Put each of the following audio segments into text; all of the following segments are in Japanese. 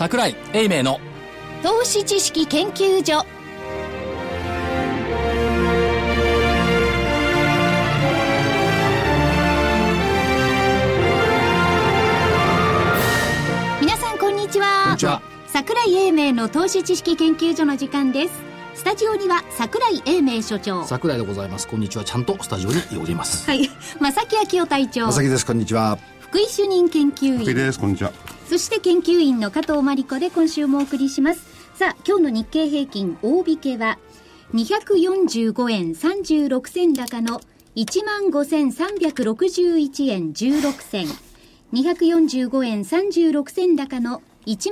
櫻井英明の投資知識研究所。皆さんこんにちは。 こんにちは。 櫻井英明の投資知識研究所の時間です。スタジオには櫻井英明所長。 櫻井でございます。こんにちは。ちゃんとスタジオにおります。 はい。正木昭夫隊長。 正木です。こんにちは。 福井主任研究員。 福井です。こんにちは。 そして研究員の加藤真理子で今週もお送りします。さあ、今日の日経平均大引けは245円36銭高の 15,361 円16銭。245円36銭高の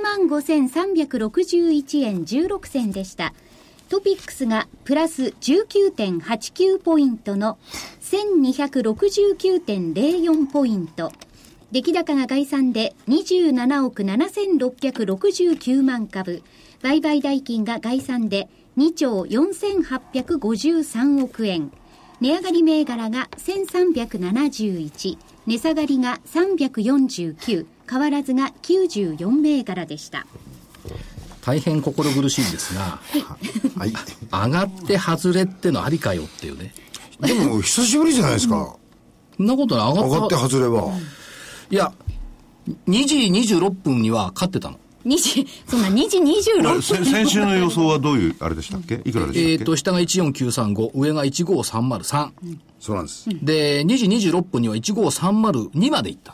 15,361 円16銭でした。トピックスがプラス 19.89 ポイントの 1269.04 ポイント。出来高が概算で27億7669万株。売買代金が概算で2兆4853億円。値上がり銘柄が1371。値下がりが349。変わらずが94銘柄でした。 大変心苦しいんですが、はい、上がって外れってのありかよっていうね。 でも久しぶりじゃないですか。 そんなことない。 上がって外れは。 いや、2時26分には勝ってたの。 そんな2時26分。 先週の予想はどういうあれでしたっけ？いくらでしたっけ？ 下が14935、上が15303。 そうなんです。 で、2時26分には15302までいった。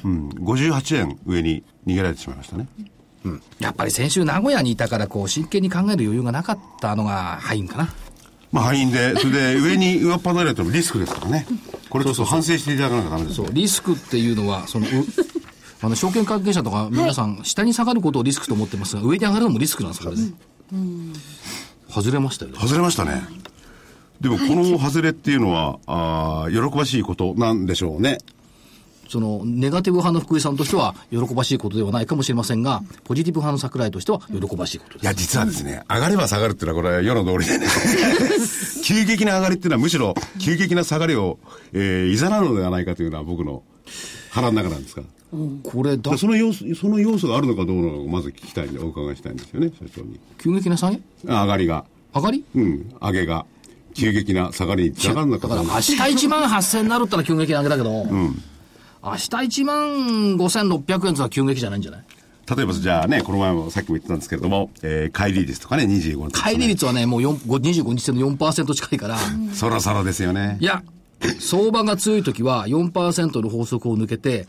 58円上に逃げられてしまいましたね。 やっぱり先週名古屋にいたから真剣に考える余裕がなかったのが敗因かな。 敗因で、それで上っ離れるとリスクですからね。これちょっと反省していただかなきゃダメですね。 そう、リスクっていうのは、証券関係者とか皆さん、下に下がることをリスクと思ってますが、上に上がるのもリスクなんです、これね。外れましたよね。 外れましたね。でもこの外れっていうのは、喜ばしいことなんでしょうね。 ネガティブ派の福井さんとしては喜ばしいことではないかもしれませんが、ポジティブ派の櫻井としては喜ばしいことです。 いや、実はですね、上がれば下がるっていうのはこれは世の通りでね。急激な上がりっていうのはむしろ急激な下がりを、いざなうのではないかというのは僕の腹の中なんですが。 これその要素があるのかどうなのかまず聞きたいんで、お伺いしたいんですよね、社長に。 急激な下げ？ 上がりが。 上がり？ 上げが。急激な下がりに下がるのか。 だから明日18,000になるったら急激な上げだけど、明日15,600円ってのは急激じゃないんじゃない？ 例えばじゃあね、この前もさっきも言ってたんですけれども、乖離率とかね、25日、ね。 乖離率はね、もう25日線の 4% 近いから。 そろそろですよね。 いや、相場が強い時は 4% の法則を抜けて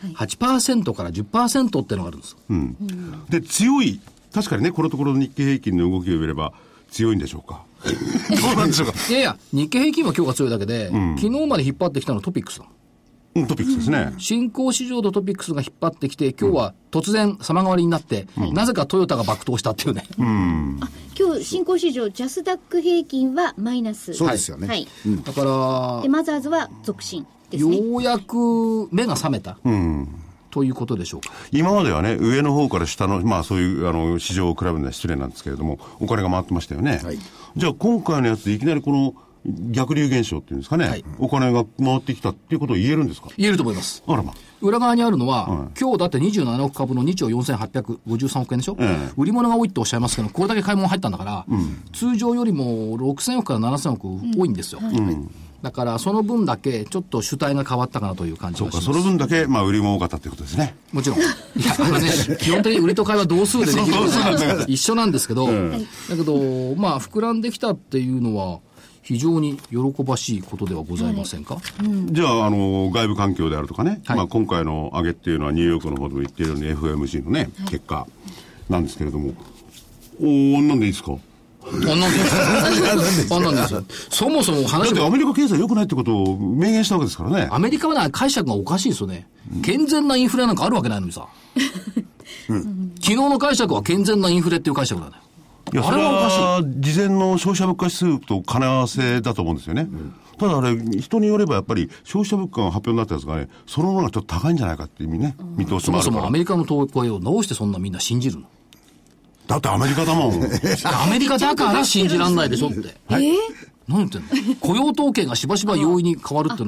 8% から 10% ってのがあるんです。 で、強い、確かにね、このところの日経平均の動きを見れば強いんでしょうか。どうなんでしょうか。 いや、日経平均は今日が強いだけで、昨日まで引っ張ってきたのはトピックスだ。 トピックスですね。 新興市場のトピックスが引っ張ってきて、今日は突然様変わりになって、なぜかトヨタが爆投したっていうね。 今日新興市場ジャスダック平均はマイナス。 そうですよね。 はい。 だからでマザーズは続伸ですね。 ようやく目が覚めた。ということでしょうか。 今まではね、上の方から下の、そういう市場を比べるのは失礼なんですけれども、お金が回ってましたよね。じゃあ今回のやつでいきなりこの逆流現象っていうんですかね、お金が回ってきたっていうことを言えるんですか？ 言えると思います。 あらま。 裏側にあるのは、今日だって27億株の2兆4853億円でしょ、売り物が多いっておっしゃいますけど、これだけ買い物入ったんだから、通常よりも6000億から7000億多いんですよ。だからその分だけちょっと主体が変わったかなという感じがします。 そうか、その分だけ売りも多かったということですね。 もちろん。いや、基本的に売りと買いは同数でできるから一緒なんですけど、だけど膨らんできたっていうのは非常に喜ばしいことではございませんか？ じゃあ、外部環境であるとかね、今回の上げっていうのはニューヨークの方でも言っているように FOMC のね、結果なんですけれども、なんでいいですか？ なんですよ。そもそも話だってアメリカ経済良くないってことを明言したわけですからね。 アメリカは解釈がおかしいですよね。健全なインフレなんかあるわけないのにさ。昨日の解釈は健全なインフレっていう解釈なんだよ。 いや、それは事前の消費者物価指数と兼ね合わせだと思うんですよね。ただあれ、人によればやっぱり消費者物価が発表になったやつがね、そのものがちょっと高いんじゃないかっていうね、見通しもあるから。 そもそもアメリカの統計をどうしてそんなみんな信じるの？ だってアメリカだもん。 アメリカだから信じらんないでしょって。何言ってんの？雇用統計がしばしば容易に変わるってのを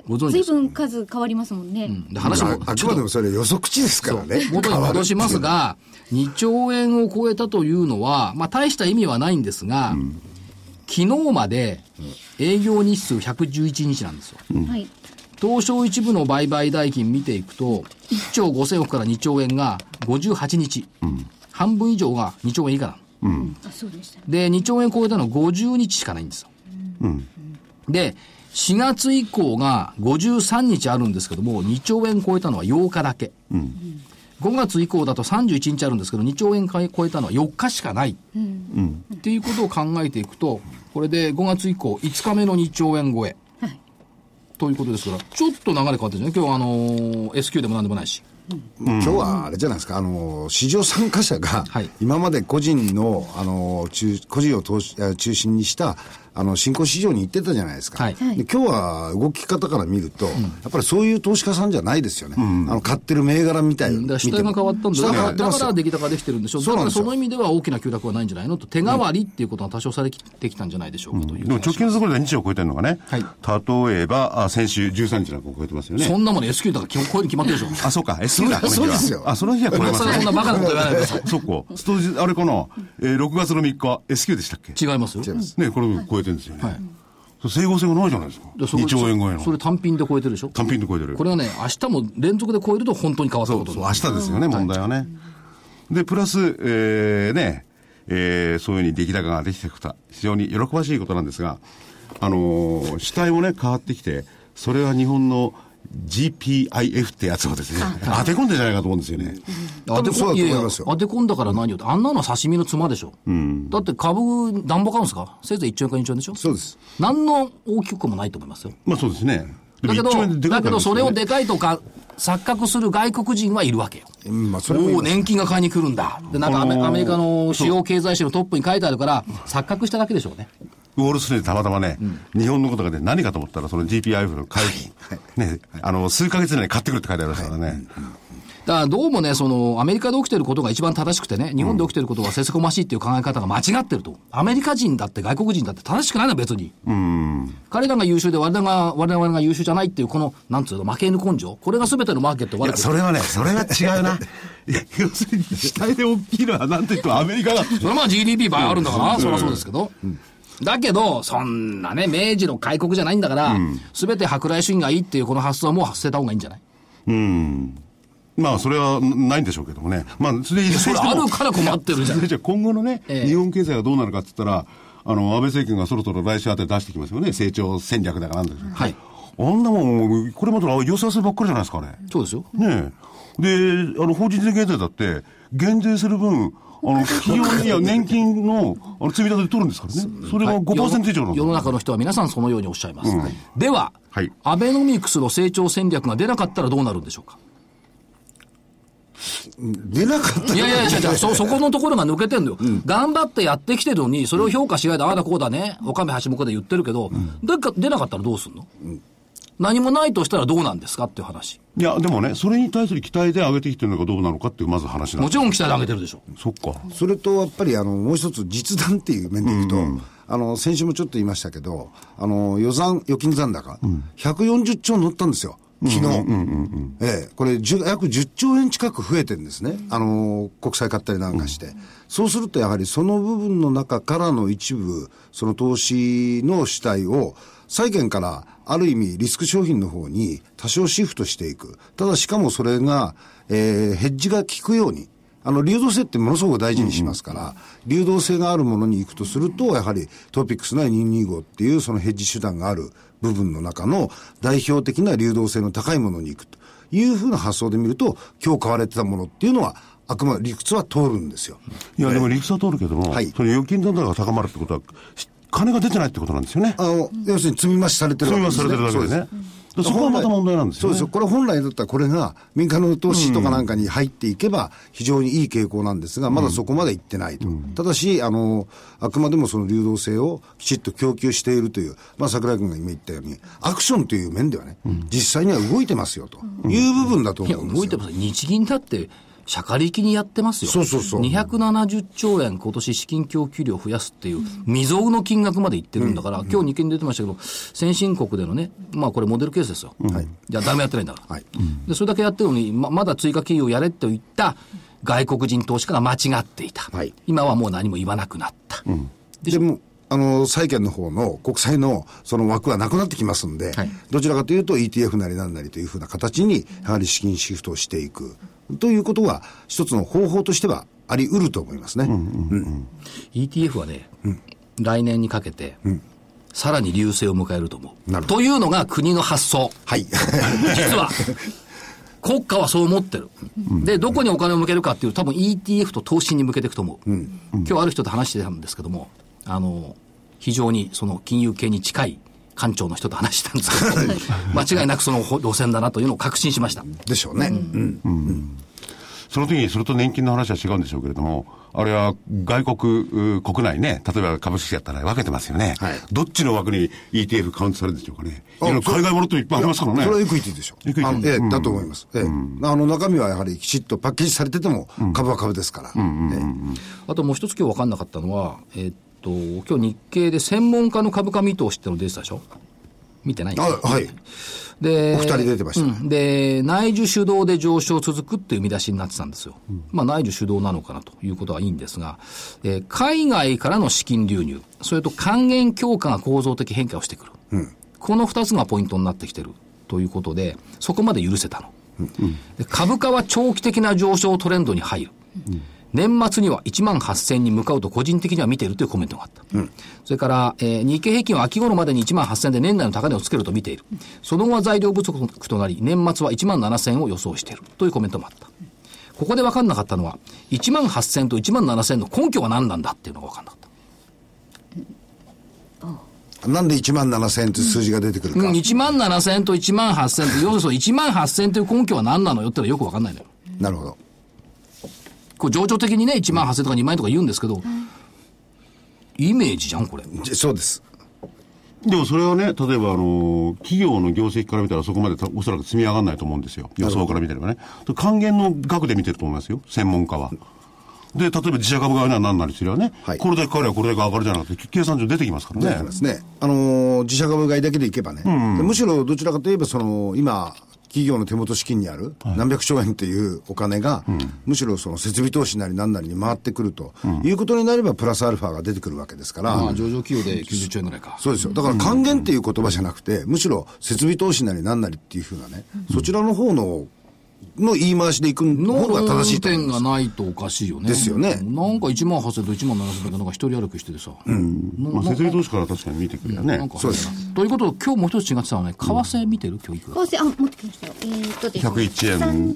ご存知です。 随分数変わりますもんね。 で話もあくまでもそれ予測値ですからね。 元に戻しますが、2兆円を超えたというのは、まあ大した意味はないんですが、昨日まで営業日数111日なんですよ。 はい。 東証一部の売買代金見ていくと、1兆5000億から2兆円が58日。半分以上が2兆円以下なの。 あ、そうでしたね。 で、2兆円超えたのは50日しかないんですよ。で、4月以降が53日あるんですけども、2兆円超えたのは8日だけ。5月以降だと31日あるんですけど、2兆円超えたのは4日しかない。っていうことを考えていくと、これで5月以降5日目の2兆円超え。ということですから、ちょっと流れ変わってるんですね。今日はS q でもなんでもないし。 今日はあれじゃないですか、市場参加者が、今まで個人の、個人を中心にした、新興市場に行ってたじゃないですか。で今日は動き方から見ると、やっぱりそういう投資家さんじゃないですよね。買ってる銘柄みたいな。 主体が変わったんで、だから出来高できてるんでしょう。だからその意味では大きな急落はないんじゃないのと、手代わりっていうことが多少されてきたんじゃないでしょうかという。 でも直近のところで2兆を超えてるのがね、例えば、先週13日なんか超えてますよね。 そんなもん S q だから超えに決まってるでしょ。 あ、そうか、S q だ。 そうですよ。 あ、その日は超えますね。 そんなバカなこと言わないでください。 そっか。あれかな、6月の3日、S q でしたっけ？ 違いますよ。 ね、これ超えてるんですよね。整合性がないじゃないですか。2兆円超えの。 それ単品で超えてるでしょ。 単品で超えてる。 これはね、明日も連続で超えると本当に変わったことです。 そう、明日ですよね、問題はね。で、プラス、そういうふうに出来高ができていくと、非常に喜ばしいことなんですが、主体もね、変わってきて、それは日本のGPIF ってやつをですね、当て込んでんじゃないかと思うんですよね。 当て込んだから何よって、あんなのは刺身の妻でしょ。だって株、なんぼ買うんですか？せいぜい1兆円か2兆円でしょ。 そうです。 何の大きくもないと思いますよ。 まあそうですね。 だけどそれをでかいとか、錯覚する外国人はいるわけよ。 それも年金が買いに来るんだ。で、なんかアメリカの主要経済誌のトップに書いてあるから、錯覚しただけでしょうね。 ウォールストリートたまたまね、日本のことがね、何かと思ったら、その GPIF の会議、ね、数ヶ月以内に買ってくるって書いてありましたからね。 だからどうもね、アメリカで起きてることが一番正しくてね、日本で起きてることがせせこましいっていう考え方が間違ってると。アメリカ人だって外国人だって正しくないのは別に。彼らが優秀で我々が優秀じゃないっていう、この、なんつうの、負け犬根性。これが全てのマーケットを悪く。 それは違うな。要するに、主体で大きいのはなんと言ってもアメリカだって。 それはまあ GDP 倍あるんだから、そりゃそうですけど。だけど、そんなね、明治の開国じゃないんだから、すべて舶来主義がいいっていうこの発想はもう捨てた方がいいんじゃない？ まあ、それはないんでしょうけどもね。まあ、それあるから困ってるじゃん。 じゃあ今後のね、日本経済がどうなるかって言ったら、安倍政権がそろそろ来週あたり出してきますよね。成長戦略だからなんだけど。あんなもん、これまで寄せ合わせばっかりじゃないですか、あれ。 そうですよ。 ねえ。で、法人税減税だって、減税する分、企業には年金の積み立てで取るんですからね。それが 5% 以上なんです。 世の中の人は皆さんそのようにおっしゃいます。では、アベノミクスの成長戦略が出なかったらどうなるんでしょうか？ 出なかったいやそこのところが抜けてんのよ。頑張ってやってきてるのに、それを評価しないで、ああだこうだね、おかめはしもこで言ってるけど、出なかったらどうすんの？何もないとしたらどうなんですかっていう話。 いや、でもね、それに対する期待で上げてきてるのかどうなのかっていうまず話なんです。 もちろん期待で上げてるでしょ。 そっか。 それとやっぱりもう一つ実弾っていう面でいくと、先週もちょっと言いましたけど、預金残高、140兆乗ったんですよ。昨日。これ約10兆円近く増えてるんですね。国債買ったりなんかして。そうするとやはりその部分の中からの一部、その投資の主体を債券からある意味リスク商品の方に多少シフトしていく。ただしかもそれが、ヘッジが効くように。流動性ってものすごく大事にしますから、流動性があるものに行くとすると、やはりトピックスな225っていうそのヘッジ手段がある部分の中の代表的な流動性の高いものに行くというふうな発想で見ると、今日買われてたものっていうのは、あくまで理屈は通るんですよ。 いや、でも理屈は通るけども、その預金残高が高まるってことは、金が出てないってことなんですよね。 要するに積み増しされてるわけですね。 積み増しされてるだけでね。そこはまた問題なんですよね。 そうですよ。これ本来だったらこれが民間の投資とかなんかに入っていけば非常にいい傾向なんですが、まだそこまでいってないと。ただし、あくまでもその流動性をきちっと供給しているという、桜井君が今言ったように、アクションという面ではね、実際には動いてますよという部分だと思うんですよ。 いや、動いてます。日銀だって、 しゃかりきにやってますよ。 そうそうそう。 270兆円今年資金供給量を増やすっていう未曾有の金額までいってるんだから、今日日経に出てましたけど、先進国でのね、まあこれモデルケースですよ。じゃあ誰もやってないんだから。で、それだけやってるのに、まだ追加企業やれと言った外国人投資家が間違っていた。今はもう何も言わなくなった。 でも、債券の方の国債のその枠はなくなってきますんで、どちらかというと ETF なりなんなりというふうな形に、やはり資金シフトをしていく。ということは、一つの方法としてはあり得ると思いますね。 ETF はね、来年にかけて、さらに隆盛を迎えると思う。というのが国の発想。実は、国家はそう思ってる。で、どこにお金を向けるかっていうと、多分 ETF と投資に向けていくと思う。今日ある人と話してたんですけども、非常にその金融系に近い官庁の人と話したんですけど、間違いなくその路線だなというのを確信しました。 でしょうね。 その時にそれと年金の話は違うんでしょうけれども、あれは外国、国内ね、例えば株式やったら分けてますよね。どっちの枠に ETF カウントされるんでしょうかね。海外ものといっぱいありますからね。 それはエクイティでしょ。だと思います。中身はやはりきちっとパッケージされてても株は株ですから。 あともう一つ今日分かんなかったのは、今日日経で専門家の株価見通しっての出てたでしょ。見てないんですか。で、 お二人出てました。 で、内需主導で上昇続くっていう見出しになってたんですよ。まあ内需主導なのかなということはいいんですが、海外からの資金流入、それと還元強化が構造的変化をしてくる。この二つがポイントになってきてるということで、そこまで許せたの。で株価は長期的な上昇トレンドに入る。年末には18,000に向かうと個人的には見ているというコメントがあった。それから、日経平均は秋頃までに18,000で年内の高値をつけると見ている。その後は材料不足となり、年末は17,000を予想しているというコメントもあった。ここで分かんなかったのは、18,000と17,000の根拠は何なんだっていうのが分かんなかった。 なんで17,000という数字が出てくるか。 17,000と18,000と、要するに18,000という根拠は何なのよってのはよく分かんないのよ。 なるほど。 これ情緒的にね、18,000とか2万円とか言うんですけど、イメージじゃん、これ。 そうです。 でもそれはね、例えば企業の業績から見たらそこまでおそらく積み上がらないと思うんですよ。予想から見てればね。還元の額で見てると思いますよ、専門家は。で、例えば自社株が何なりすればね、これだけ変わればこれだけ上がるじゃなくて、計算上出てきますからね。 出てきますね。自社株買いだけでいけばね。むしろどちらかといえば、今、企業の手元資金にある何百兆円というお金が、むしろその設備投資なり何なりに回ってくるということになればプラスアルファが出てくるわけですから、 上場企業で90兆円ぐらいか。 そうですよ。だから還元っていう言葉じゃなくて、むしろ設備投資なり何なりっていうふうなね、そちらの方の言い回しでいくのが正しいと思います。 論点がないとおかしいよね。 ですよね。 なんか18,000と17,000だけなんか一人歩きしててさ。 設備投資から確かに見てくるよね。 そうです。ということで今日もう一つ違ってたのはね、為替見てる今日いくら。 為替、持ってきましたよ。ですね。 101円。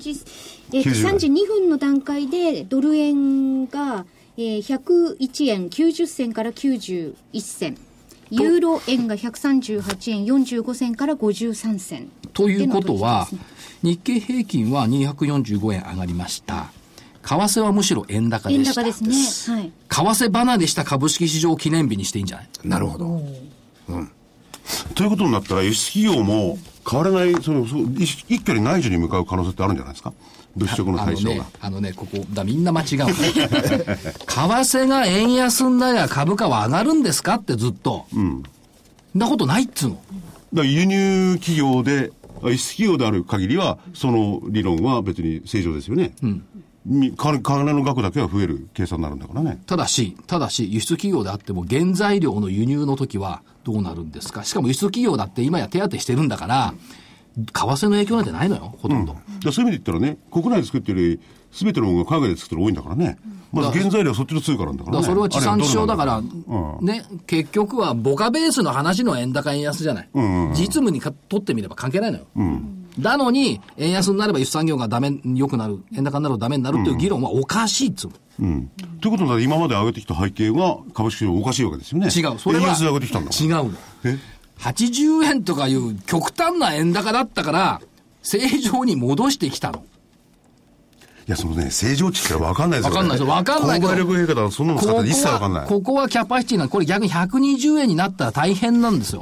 3時2分の段階でドル円が、101円90銭から91銭。ユーロ円が138円45銭から53銭。 ということは、日経平均は245円上がりました。為替はむしろ円高でした。 円高ですね。はい。 為替離れした株式市場記念日にしていいんじゃない？ なるほど。 ということになったら、輸出企業も変わらない、一挙に内需に向かう可能性ってあるんじゃないですか？物色の対象が。 ここ、みんな間違う。為替が円安になりゃ株価は上がるんですかってずっと。そんなことないっつうの。 だから輸入企業で、輸出企業である限りは、その理論は別に正常ですよね。金の額だけは増える計算になるんだからね。 ただし、輸出企業であっても原材料の輸入の時はどうなるんですか？しかも輸出企業だって今や手当てしてるんだから、為替の影響なんてないのよ、ほとんど。 そういう意味で言ったらね、国内で作ってるより、全てのものが海外で作ってる多いんだからね。まず原材料はそっちの通貨なんだからね。 それは地産地消だから、ね、結局は母価ベースの話の円高円安じゃない。実務にとってみれば関係ないのよ。なのに、円安になれば輸出産業が良くなる、円高になるとダメになるっていう議論はおかしいっつうの。 ということは今まで上げてきた背景が株式市場おかしいわけですよね。 違う。それは。 円安で上げてきたんだから。 違うの。80円とかいう極端な円高だったから、正常に戻してきたの。 いや、正常値って分かんないですよね。 分かんないですよ。分かんないけど。 購買力陛下だとそんなの使って一切分かんない。 ここはキャパシティなの。これ逆に120円になったら大変なんです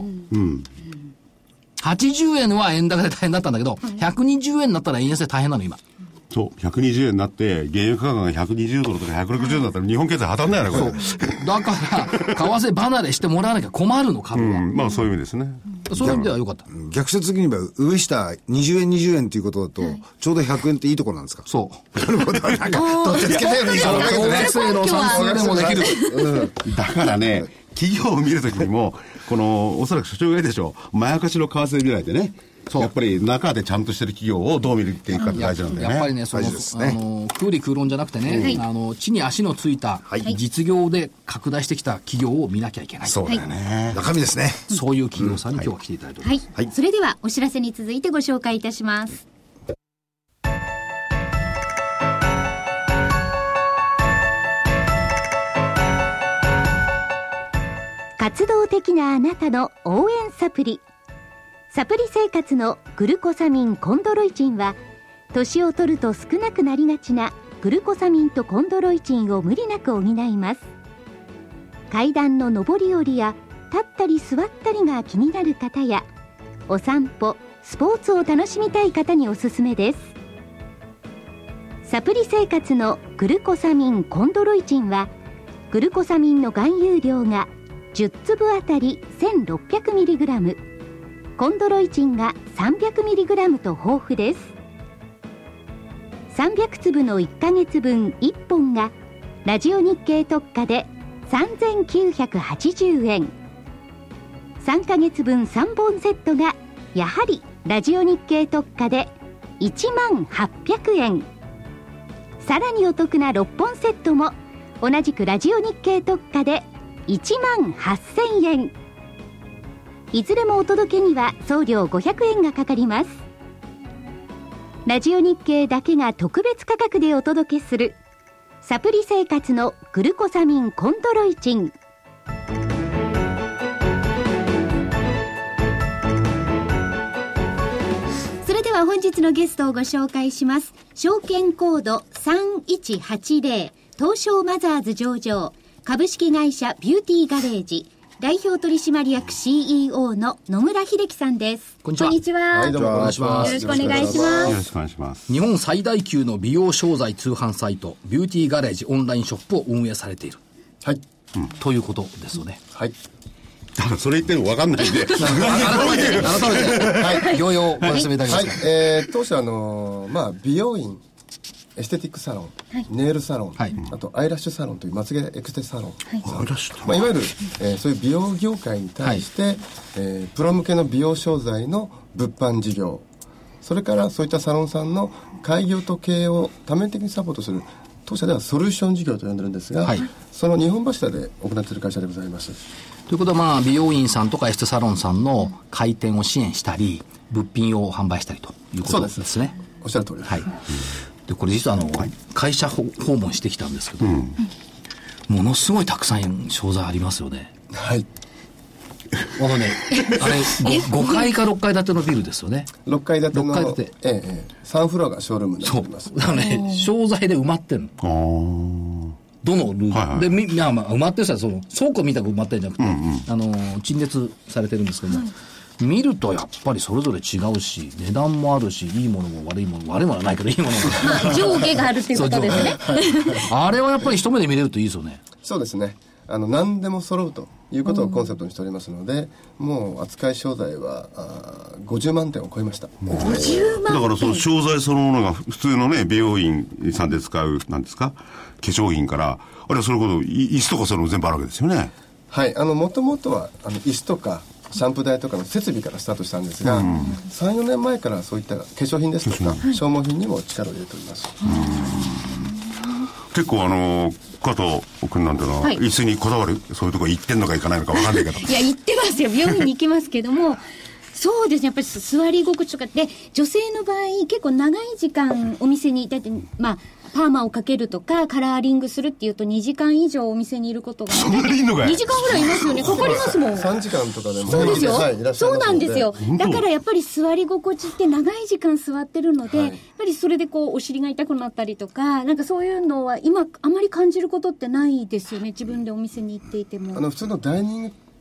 よ。80円は円高で大変だったんだけど、120円になったら円安で大変なの、今。 そう、120円になって、原油価格が120ドルとか160円だったら日本経済破綻だよね、これ。 そう。だから、為替離れしてもらわなきゃ困るの、株は。 まあそういう意味ですね。 そういう意味では良かった。 逆説的に言えば、上下20円20円ということだと、ちょうど100円っていいところなんですか？ そう。 なるほど。なんか、どっちつけたように言うわけですね。 小学生の算数でもできる。 だからね、企業を見るときにも、おそらく所長がいいでしょう。まやかしの為替未来でね。やっぱり中でちゃんとしてる企業をどう見ていくかって大事なんだよね。 やっぱりね、空理空論じゃなくてね、地に足のついた実業で拡大してきた企業を見なきゃいけない。 そうだよね。中身ですね。 そういう企業さんに今日は来ていただいております。 はい。それではお知らせに続いてご紹介いたします。活動的なあなたの応援サプリ。サプリ生活のグルコサミンコンドロイチンは、年を取ると少なくなりがちなグルコサミンとコンドロイチンを無理なく補います。階段の上り下りや立ったり座ったりが気になる方や、お散歩、スポーツを楽しみたい方におすすめです。サプリ生活のグルコサミンコンドロイチンは、グルコサミンの含有量が10粒あたり 1600mg、コンドロイチンが 300mg と豊富です。300粒の1ヶ月分1本がラジオ日経特価で3980円、3ヶ月分3本セットがやはりラジオ日経特価で10800円、さらにお得な6本セットも同じくラジオ日経特価で18000円。いずれもお届けには送料500円がかかります。ラジオ日経だけが特別価格でお届けするサプリ生活のグルコサミンコンドロイチン。それでは本日のゲストをご紹介します。証券コード3180、東証マザーズ上場株式会社ビューティーガレージ代表取締役 CEO の野村秀樹さんです。 こんにちは。 こんにちは。 はい、どうもお願いします。 よろしくお願いします。 よろしくお願いします。 日本最大級の美容商材通販サイトビューティーガレージオンラインショップを運営されている。 はい。 ということですよね。 はい。 だからそれ言ってるの分かんないんで。 改めて、業用をご説明いただきます。 当社美容院、エステティックサロン、ネイルサロン、あとアイラッシュサロンというまつげエクステサロン、いわゆる、そういう美容業界に対して、プロ向けの美容商材の物販事業、それからそういったサロンさんの開業と経営を多面的にサポートする、当社ではソリューション事業と呼んでるんですが、その日本柱で行っている会社でございます。 ということは、美容院さんとかエステサロンさんの開店を支援したり物品を販売したりということですね。 そうです。おっしゃる通りです。 でこれ実は会社訪問してきたんですけど、ものすごいたくさん商材ありますよね。 はい。 あれ5階か6階建てのビルですよね。 6階建ての 6階建て、 3フロアがショールームになっております。 そうだからね、商材で埋まってるの。どのルート、で埋まってるさ、その倉庫みたく埋まってるんじゃなくて、陳列されてるんですけども、見るとやっぱりそれぞれ違うし、値段もあるし、いいものも悪いものも、悪いものはないけどいいものも上下があるっていうことですね。 あれはやっぱり一目で見れるといいですよね。 そうですね。何でも揃うということをコンセプトにしておりますので、もう扱い商材は50万点を超えました。 50万点。 だからその商材そのものが普通のね、美容院さんで使うなんですか、化粧品から、あるいはそれこそ椅子とかその全部あるわけですよね。 はい。もともとは椅子とかシャンプー台とかの設備からスタートしたんですが、3、4年前からそういった化粧品ですとか消耗品にも力を入れております。 結構加藤君なんてのは、椅子にこだわる、そういうとこ行ってんのか行かないのか分かんないけど。 いや、行ってますよ。美容院に行きますけども、そうですね。やっぱり座り心地とかで、女性の場合結構長い時間お店にいたって、パーマをかけるとかカラーリングするっていうと2時間以上お店にいることが、 そんなにいいのかい。 2時間ぐらいいますよね。かかりますもん。 3時間とかでも。 そうですよ。そうなんですよ。 本当。 だからやっぱり座り心地って長い時間座ってるので、やっぱりそれでお尻が痛くなったりとか、なんかそういうのは今あまり感じることってないですよね。自分でお店に行っていても。 普通のダイニング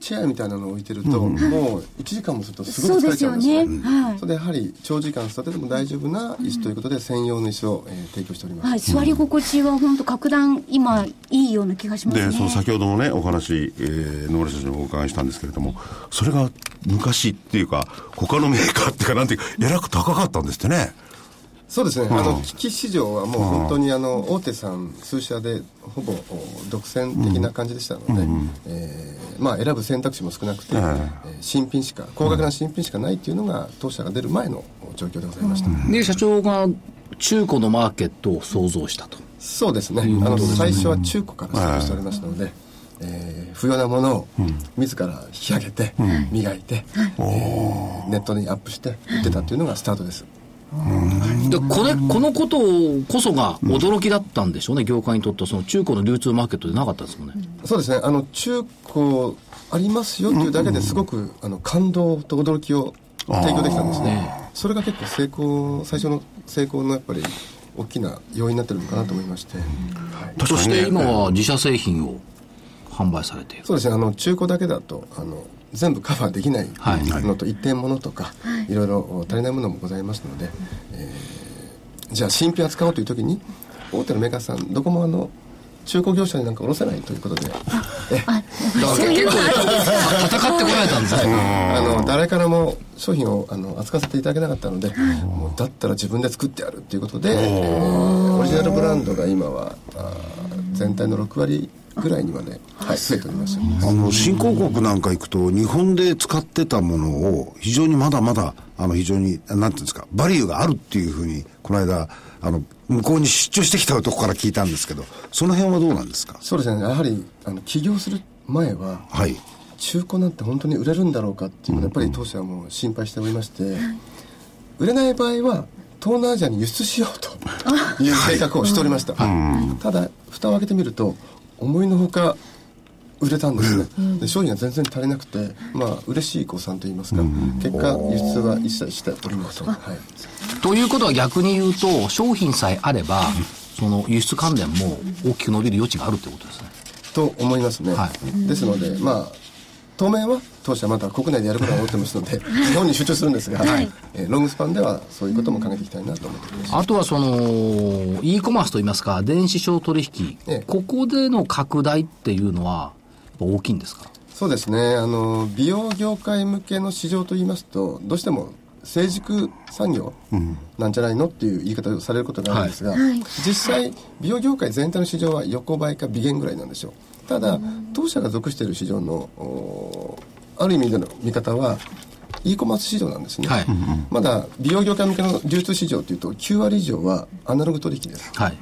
チェアみたいなのを置いてると、もう1時間もするとすごく疲れちゃうんですよね。それでやはり長時間座ってても大丈夫な椅子ということで専用の椅子を、提供しております。 座り心地は本当格段今いいような気がしますね。 で、その先ほどもねお話、野村社長にお伺いしたんですけれども、それが昔っていうか他のメーカーっていうかなんていうかえらく高かったんですってね。 そうですね、機器市場はもう本当に大手さん数社でほぼ独占的な感じでしたので、選ぶ選択肢も少なくて、新品しか高額な新品しかないというのが当社が出る前の状況でございました。 で社長が中古のマーケットを創造したと。 そうですね、最初は中古からスタートしておりましたので、不要なものを自ら引き上げて、磨いて、ネットにアップして売ってたというのがスタートです。 でこのことこそが驚きだったんでしょうね、業界にとっては。その中古の流通マーケットでなかったですもんね。 そうですね、中古ありますよというだけですごく感動と驚きを提供できたんですね。それが結構最初の成功のやっぱり大きな要因になってるのかなと思いまして、 そして今は自社製品を販売されている。 そうですね、中古だけだと全部カバーできないのと一点ものとか、いろいろ足りないものもございますので、じゃあ新品扱おうという時に大手のメーカーさんどこも中古業者になんか卸せないということで、 だから結構戦ってこられたんですね。 誰からも商品を扱わせていただけなかったので、もうだったら自分で作ってやるということで、オリジナルブランドが今は全体の6割ぐらいにまで、増えております。 新興国なんか行くと日本で使ってたものを非常にまだまだ非常になんていうんですか、バリューがあるっていうふうにこの間向こうに出張してきたとこから聞いたんですけど、その辺はどうなんですか？ そうですね、やはり起業する前は、中古なんて本当に売れるんだろうかっていうのをやっぱり当社はもう心配しておりまして、売れない場合は東南アジアに輸出しようという計画をしておりました。ただ蓋を開けてみると思いのほか売れたんですね。で商品が全然足りなくて、嬉しい誤算といいますか、結果輸出は一切しておりません。 ということは逆に言うと商品さえあればその輸出関連も大きく伸びる余地があるということですね。 と思いますね。ですので当面は当社また国内でやることが思ってますので日本に集中するんですが、ロングスパンではそういうことも考えていきたいなと思っています。 あとはその e コマースといいますか電子商取引、ここでの拡大っていうのは大きいんですか？ そうですね、美容業界向けの市場といいますとどうしても成熟産業なんじゃないのっていう言い方をされることがあるんですが、実際美容業界全体の市場は横ばいか微減ぐらいなんですよ。ただ当社が属している市場のある意味での見方は e コマース市場なんですね。まだ美容業界向けの流通市場というと9割以上はアナログ取引です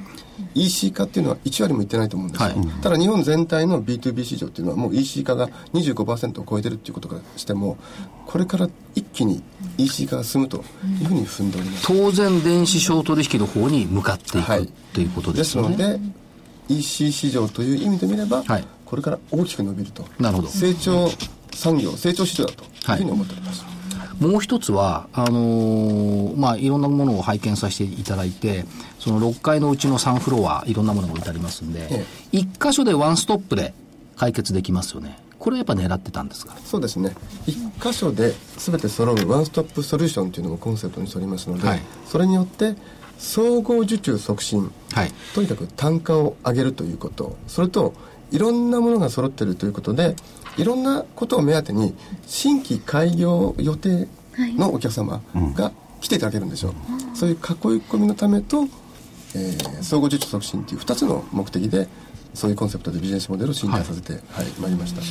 。EC 化っていうのは1割もいってないと思うんですよ。ただ日本全体の B2B 市場っていうのはもう EC 化が 25% を超えてるっていうことからしてもこれから一気に EC 化が進むというふうに踏んでおります。 当然電子商取引の方に向かっていく、ということですよね。 ですので EC 市場という意味で見れば、これから大きく伸びると。 なるほど。 成長産業成長市場だというふうに思っております。 もう一つは、いろんなものを拝見させていただいて、その6階のうちの3フロア、いろんなものが置いてありますんで、1箇所でワンストップで解決できますよね。これやっぱ狙ってたんですか？ そうですね。1箇所で全て揃うワンストップソリューションというのをコンセプトにしておりますので、それによって総合受注促進、とにかく単価を上げるということ、それといろんなものが揃っているということで、いろんなことを目当てに新規開業予定のお客様が来ていただけるんですよ。そういう囲い込みのためと、総合受注促進という2つの目的でそういうコンセプトでビジネスモデルを進展させて、まいりました。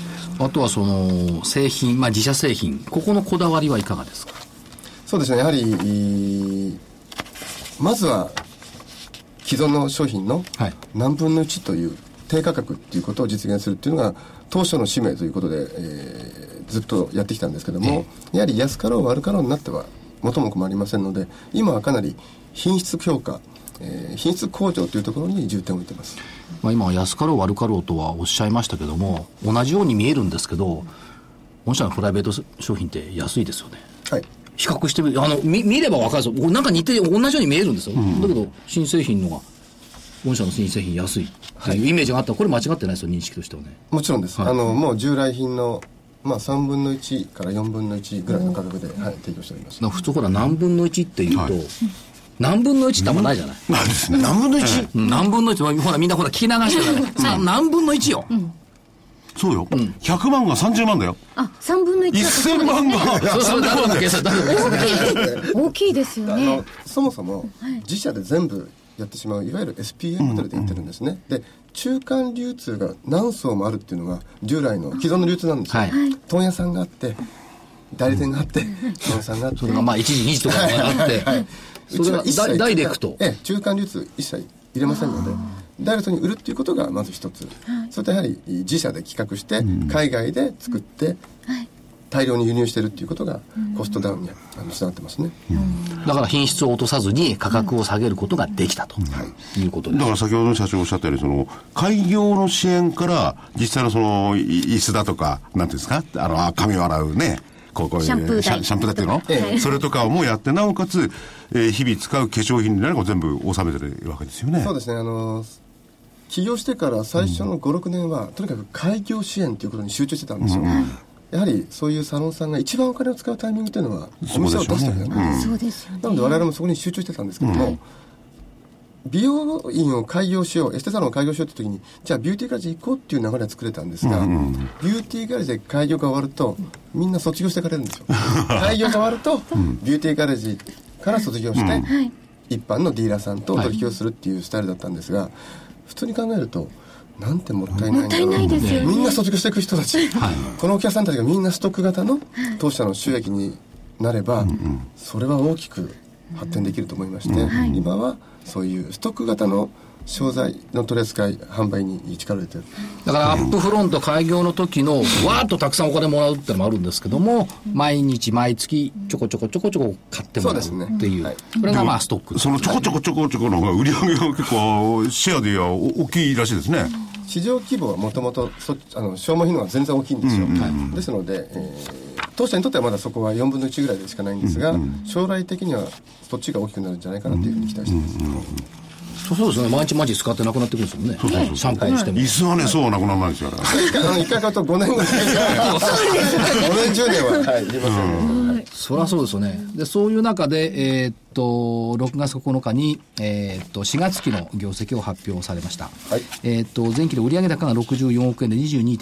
あとはその製品、自社製品、ここのこだわりはいかがですか？ そうですね、やはりまずは既存の商品の何分の1という低価格っていうことを実現するっていうのが当初の使命ということで、ずっとやってきたんですけども、やはり安かろう悪かろうになっては元も子もありませんので、今はかなり品質評価、品質向上というところに重点を置いています。 今は安かろう悪かろうとはおっしゃいましたけども、同じように見えるんですけど、御社のプライベート商品って安いですよね。比較してみる、見れば分かるんですよ。なんか似て同じように見えるんですよ。だけど新製品のが御社の新製品安いっていうイメージがあったら、これ間違ってないですよ、認識としてはね。 もちろんです。もう従来品の 3分の1から4分の1ぐらいの価格で、提供しております。 普通ほら何分の1って言うと、何分の1ってあんまないじゃない。 ないですね。何分の 1？ 何分の1、ほらみんな聞き流してたね。何分の1よ。 そうよ。100万が30万だよ。 3分の1。 1000万が誰の計算大きいですよね。 そもそも自社で全部やってしまういわゆる SPA モデルでやってるんですね。で中間流通が何層もあるっていうのが従来の既存の流通なんですよ。問屋さんがあって代理店があって問屋さんがあって、 それが1時2時とかがあってそれがダイレクト、 中間流通一切入れませんので、ダイレクトに売るっていうことがまず一つ、それとやはり自社で企画して海外で作って大量に輸入してるっていうことがコストダウンにつながってますね。 だから品質を落とさずに価格を下げることができたということです。 だから先ほどの社長おっしゃったように開業の支援から実際の椅子だとかなんていうんですか髪を洗うねこういうシャンプーだっていうの、それとかもやってなおかつ、日々使う化粧品なんかを全部収めてるわけですよね。 そうですね。起業してから最初の 5,6 年はとにかく開業支援ということに集中してたんですよ。やはりそういうサロンさんが一番お金を使うタイミングというのはお店を出す時なんです。 そうですよね。 なので我々もそこに集中してたんですけども、美容院を開業しよう、エステサロンを開業しようという時にじゃあビューティーガレージ行こうっていう流れは作れたんですが、ビューティーガレージで開業が終わるとみんな卒業していかれるんですよ。開業が終わるとビューティーガレージから卒業して、一般のディーラーさんと取引をするっていうスタイルだったんですが、普通に考えるとなんてもったいないんだろう。 もったいないですよね。 みんな卒業していく人たち、このお客さんたちがみんなストック型の当社の収益になれば、それは大きく発展できると思いまして、今はそういうストック型の商材の取り扱い販売に力を入れてる。 だからアップフロント開業の時のわーっとたくさんお金もらうってのもあるんですけども、毎日毎月ちょこちょこ買ってもらうっていう、これがストック。 そのちょこちょこの方が売り上げが結構シェアでは大きいらしいですね。 市場規模はもともと消耗品の方が全然大きいんですよ。ですので、当社にとってはまだそこは4分の1ぐらいでしかないんですが、将来的にはそっちが大きくなるんじゃないかなというふうに期待しています。 そうですね。毎日使ってなくなってくるんですよね。シャンプーにしても。 椅子はね、そうはなくならないですよ。 一回買うと5年ぐらい。5年10年は、いりませんね。 そりゃそうですよね。で、そういう中で、6月9日に、4月期の業績を発表されました。前期の売上高が64億円で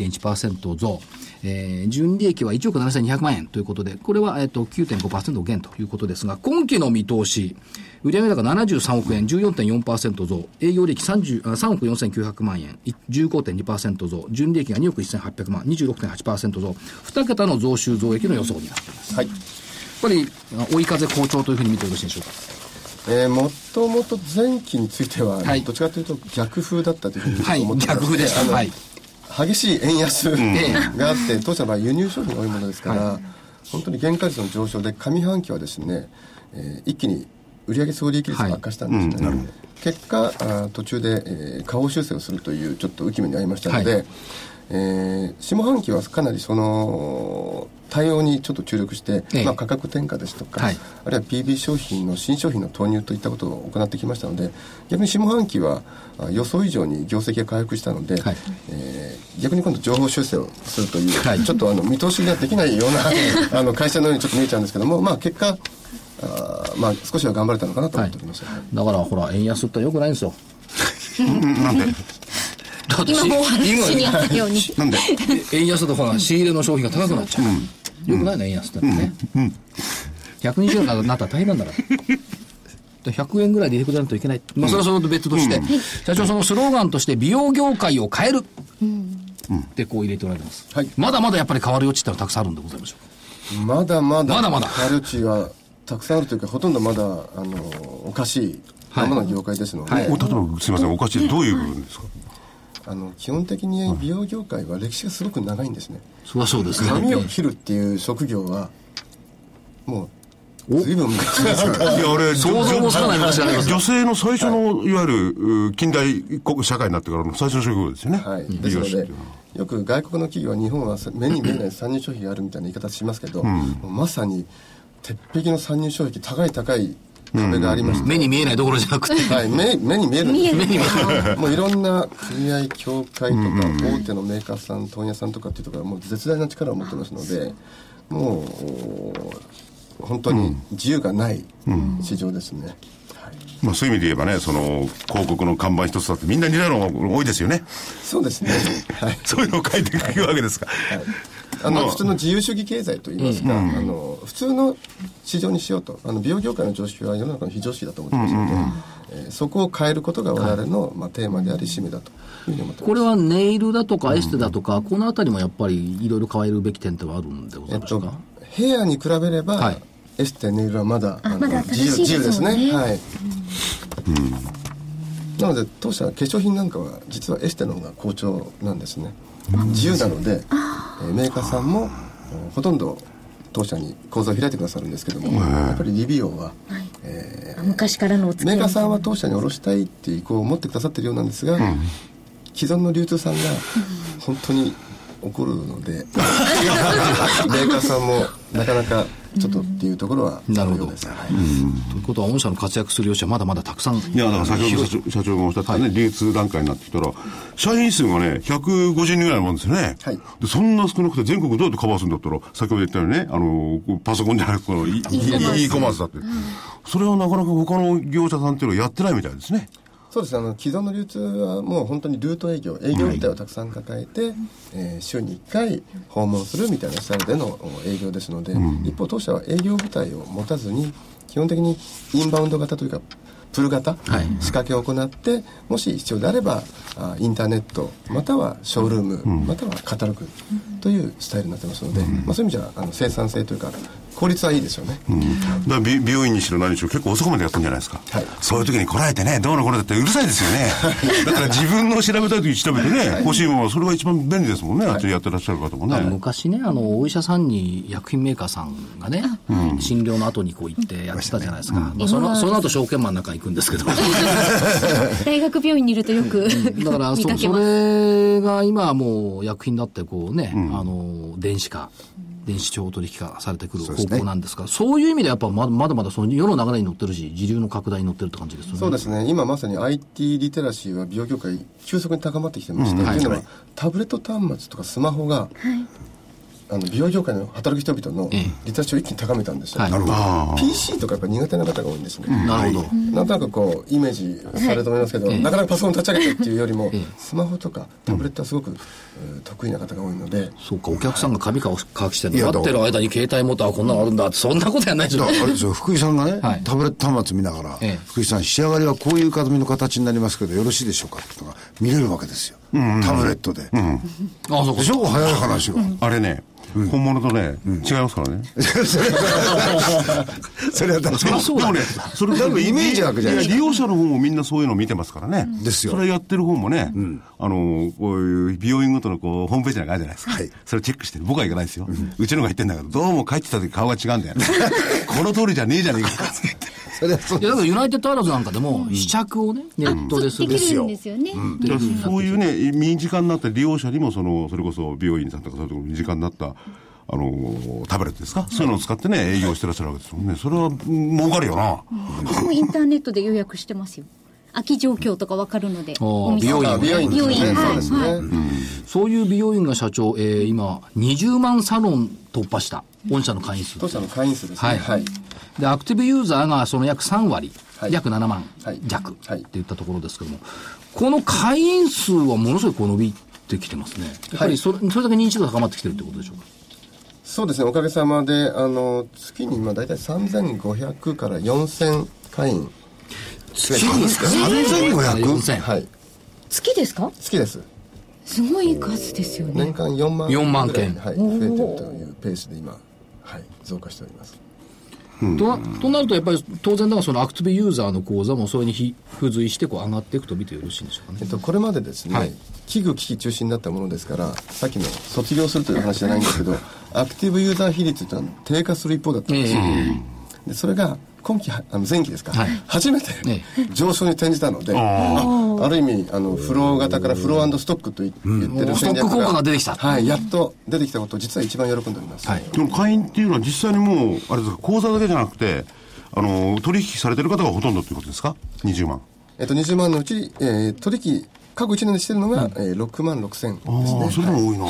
22.1% 増。純利益は1億7200万円ということで、これは、9.5% 減ということですが、今期の見通し、売上高73億円、14.4% 増、営業利益3億4900万円、15.2% 増、純利益が2億1800万、26.8% 増、2桁の増収増益の予想になっています。やっぱり、追い風好調というふうに見てよろしいでしょうか。 もともと前期については、どっちかというと逆風だったというふうに思っています。 逆風でした。 激しい円安があって当社の場合輸入商品が多いものですから、本当に原価率の上昇で上半期はですね、一気に売上総利益率が悪化したんですね。結果途中で、下方修正をするというちょっと浮き目に遭いましたので、下半期はかなりその対応にちょっと注力して、価格転嫁ですとか、あるいは PB 商品の新商品の投入といったことを行ってきましたので、逆に下半期は予想以上に業績が回復したので、逆に今度情報修正をするという、ちょっと見通しができないような会社のようにちょっと見えちゃうんですけども、結果少しは頑張れたのかなと思っております。 だからほら円安って良くないんですよ。 なんで今もお話にあったようになんで円安とほら仕入れの消費が高くなっちゃう。よくないね円安ってね。120円になったら大変なんだから。100円ぐらいで入れてくれないといけない。それはそれと別として、社長そのスローガンとして美容業界を変えるってこう入れておられます。まだまだやっぱり変わる余地ってのはたくさんあるんでございましょうか。 まだまだ変わる余地はたくさんあるというか、ほとんどまだおかしいままの業界ですので、 例えばすいません、おかしいどういう部分ですか。 基本的に美容業界は歴史がすごく長いんですね。 そりゃそうですね。 髪を切るっていう職業はもう随分昔ですから。 いや、あれ想像もつかない話があります。 女性の最初のいわゆる近代社会になってからの最初の職業ですよね。 ですのでよく外国の企業は日本は目に見えない参入障壁があるみたいな言い方しますけど、まさに鉄壁の参入障壁、高い壁がありまして、 目に見えないところじゃなくて、 はい、目に見えるんですもういろんな組合協会とか大手のメーカーさん問屋さんとかっていうところはもう絶大な力を持ってますので、もう本当に自由がない市場ですね。 まあ、そういう意味で言えばね、その広告の看板一つだってみんな似たようなのが多いですよね。 そうですね、はい、 そういうのを書いていくわけですか。 はい、普通の自由主義経済といいますか、普通の市場にしようと、美容業界の常識は世の中の非常識だと思ってますので、そこを変えることが我々の、テーマであり使命だというふうに思ってます。 これはネイルだとかエステだとか、このあたりもやっぱりいろいろ変えるべき点ってはあるんでございますか。 ヘアに比べれば、はい、エステネイルはまだ自由ですね。はい、なので当社化粧品なんかは実はエステの方が好調なんですね。自由なので、メーカーさんもほとんど当社に講座を開いてくださるんですけども、やっぱり理美容は、 昔からのお付き合い、 メーカーさんは当社に卸したいっていう意向を持ってくださっているようなんですが、既存の流通さんが本当に怒るのでメーカーさんもなかなかちょっとっていうところはなるほど、ということは御社の活躍する余地はまだまだたくさん。いやだから先ほど社長がおっしゃったね、流通段階になってきたら社員数がね150人ぐらいなんですよね、はい、でそんな少なくて全国どうやってカバーするんだったら先ほど言ったようにね、パソコンじゃなくてe コマースだって、それはなかなか他の業者さんっていうのはやってないみたいですね。 そうですね、既存の流通はもう本当にルート営業部隊をたくさん抱えて、週に1回訪問するみたいなスタイルでの営業ですので、一方当社は営業部隊を持たずに基本的にインバウンド型というかプル型、仕掛けを行って、もし必要であればインターネットまたはショールーム、またはカタログというスタイルになってますので、そういう意味じゃ生産性というか効率はいいですよね。 だから美容院にしろ何にしろ結構遅くまでやったんじゃないですか、はい、そういう時に来られてねどうのこれだってうるさいですよねだから自分の調べたい時に調べてね、欲しいものはそれが一番便利ですもんね、あっちでやってらっしゃる方もね。 昔ねお医者さんに薬品メーカーさんがね、診療の後にこう行ってやってたじゃないですか、その後証券マンなんか行くんですけど大学病院にいるとよくだからそれが今はもう薬品だってこうね、電子帳取引化されてくる方向なんですが、そういう意味でやっぱまだまだその世の流れに乗ってるし時流の拡大に乗ってるって感じですよね。 そうですね、今まさに IT リテラシーは美容業界急速に高まってきてまして、というのはタブレット端末とかスマホが、美容業界の働く人々のリテラシーを一気に高めたんですよ、PC とかやっぱ苦手な方が多いんですね、 なるほど、 なんとなくこうイメージされると思いますけど、なかなかパソコン立ち上げてっていうよりも、スマホとかタブレットはすごく、得意な方が多いので。 そうか、お客さんが髪乾きしてるの待ってる間に携帯持ったらこんなのあるんだって、そんなことやないですよ。 あれですよ、福井さんがね、タブレット端末見ながら、福井さん仕上がりはこういう髪の形になりますけどよろしいでしょうかってのが見れるわけですよ、タブレットで、 あ、そうか、 でしょ、早い話が、 あれね、本物とね、違いますからね。 それは確かにそうだね。それ多分イメージ枠じゃないですか。 利用者の方もみんなそういうのを見てますからね。 ですよ。 それやってる方もね、こういう美容院ごとのこうホームページなんかあるじゃないですか。はい、それをチェックしてる。僕は行かないですよ。うちのが言ってんだけど、どうも帰ってきた時顔が違うんだよね。この通りじゃねえじゃねえか。 いやだからユナイテッドアラブなんかでも試着をね、ネットでするんですよ。 そういうね、身近になった利用者にもそれこそ美容院さんとかそういうところ身近になったタブレットですか、そういうのを使ってね営業してらっしゃるわけですもんね。それは儲かるよな。 私もインターネットで予約してますよ。空き状況とか分かかるので、 美容院、そういう美容院が社長、今20万サロン突破した御社の会員数。 当社の会員数ですね。はい。 でアクティブユーザーがその約3割、約7万弱っていったところですけども、この会員数はものすごいこう伸びてきてますね。やっぱりそれだけ認知度が高まってきてるってことでしょうか。 そうですね、おかげさまで月に今大体3500から4000会員。 月ですか。3500？ はい。 月ですか？ 月です。 すごい数ですよね。 年間4万件、 はい、増えてるというペースで今、はい、増加しております。 となるとやっぱり当然だがそのアクティブユーザーの口座もそれに付随してこう上がっていくと見てよろしいんでしょうかね。 これまでですね、器具機器中心だったものですから、さっきの卒業するという話じゃないんですけどアクティブユーザー比率というのは低下する一方だったんですよ、でそれが今期前期ですか、初めて上昇に転じたので、ある意味フロー型からフロー&ストックと言ってる戦略がストック効果が出てきた、 やっと出てきたことを実は一番喜んでおります。 でも会員っていうのは実際にもうあれですか、口座だけじゃなくて取引されてる方がほとんどということですか、20万。 20万のうち、取引、過去1年でしてるのが、6万6千ですね。 それも多いな。 はい。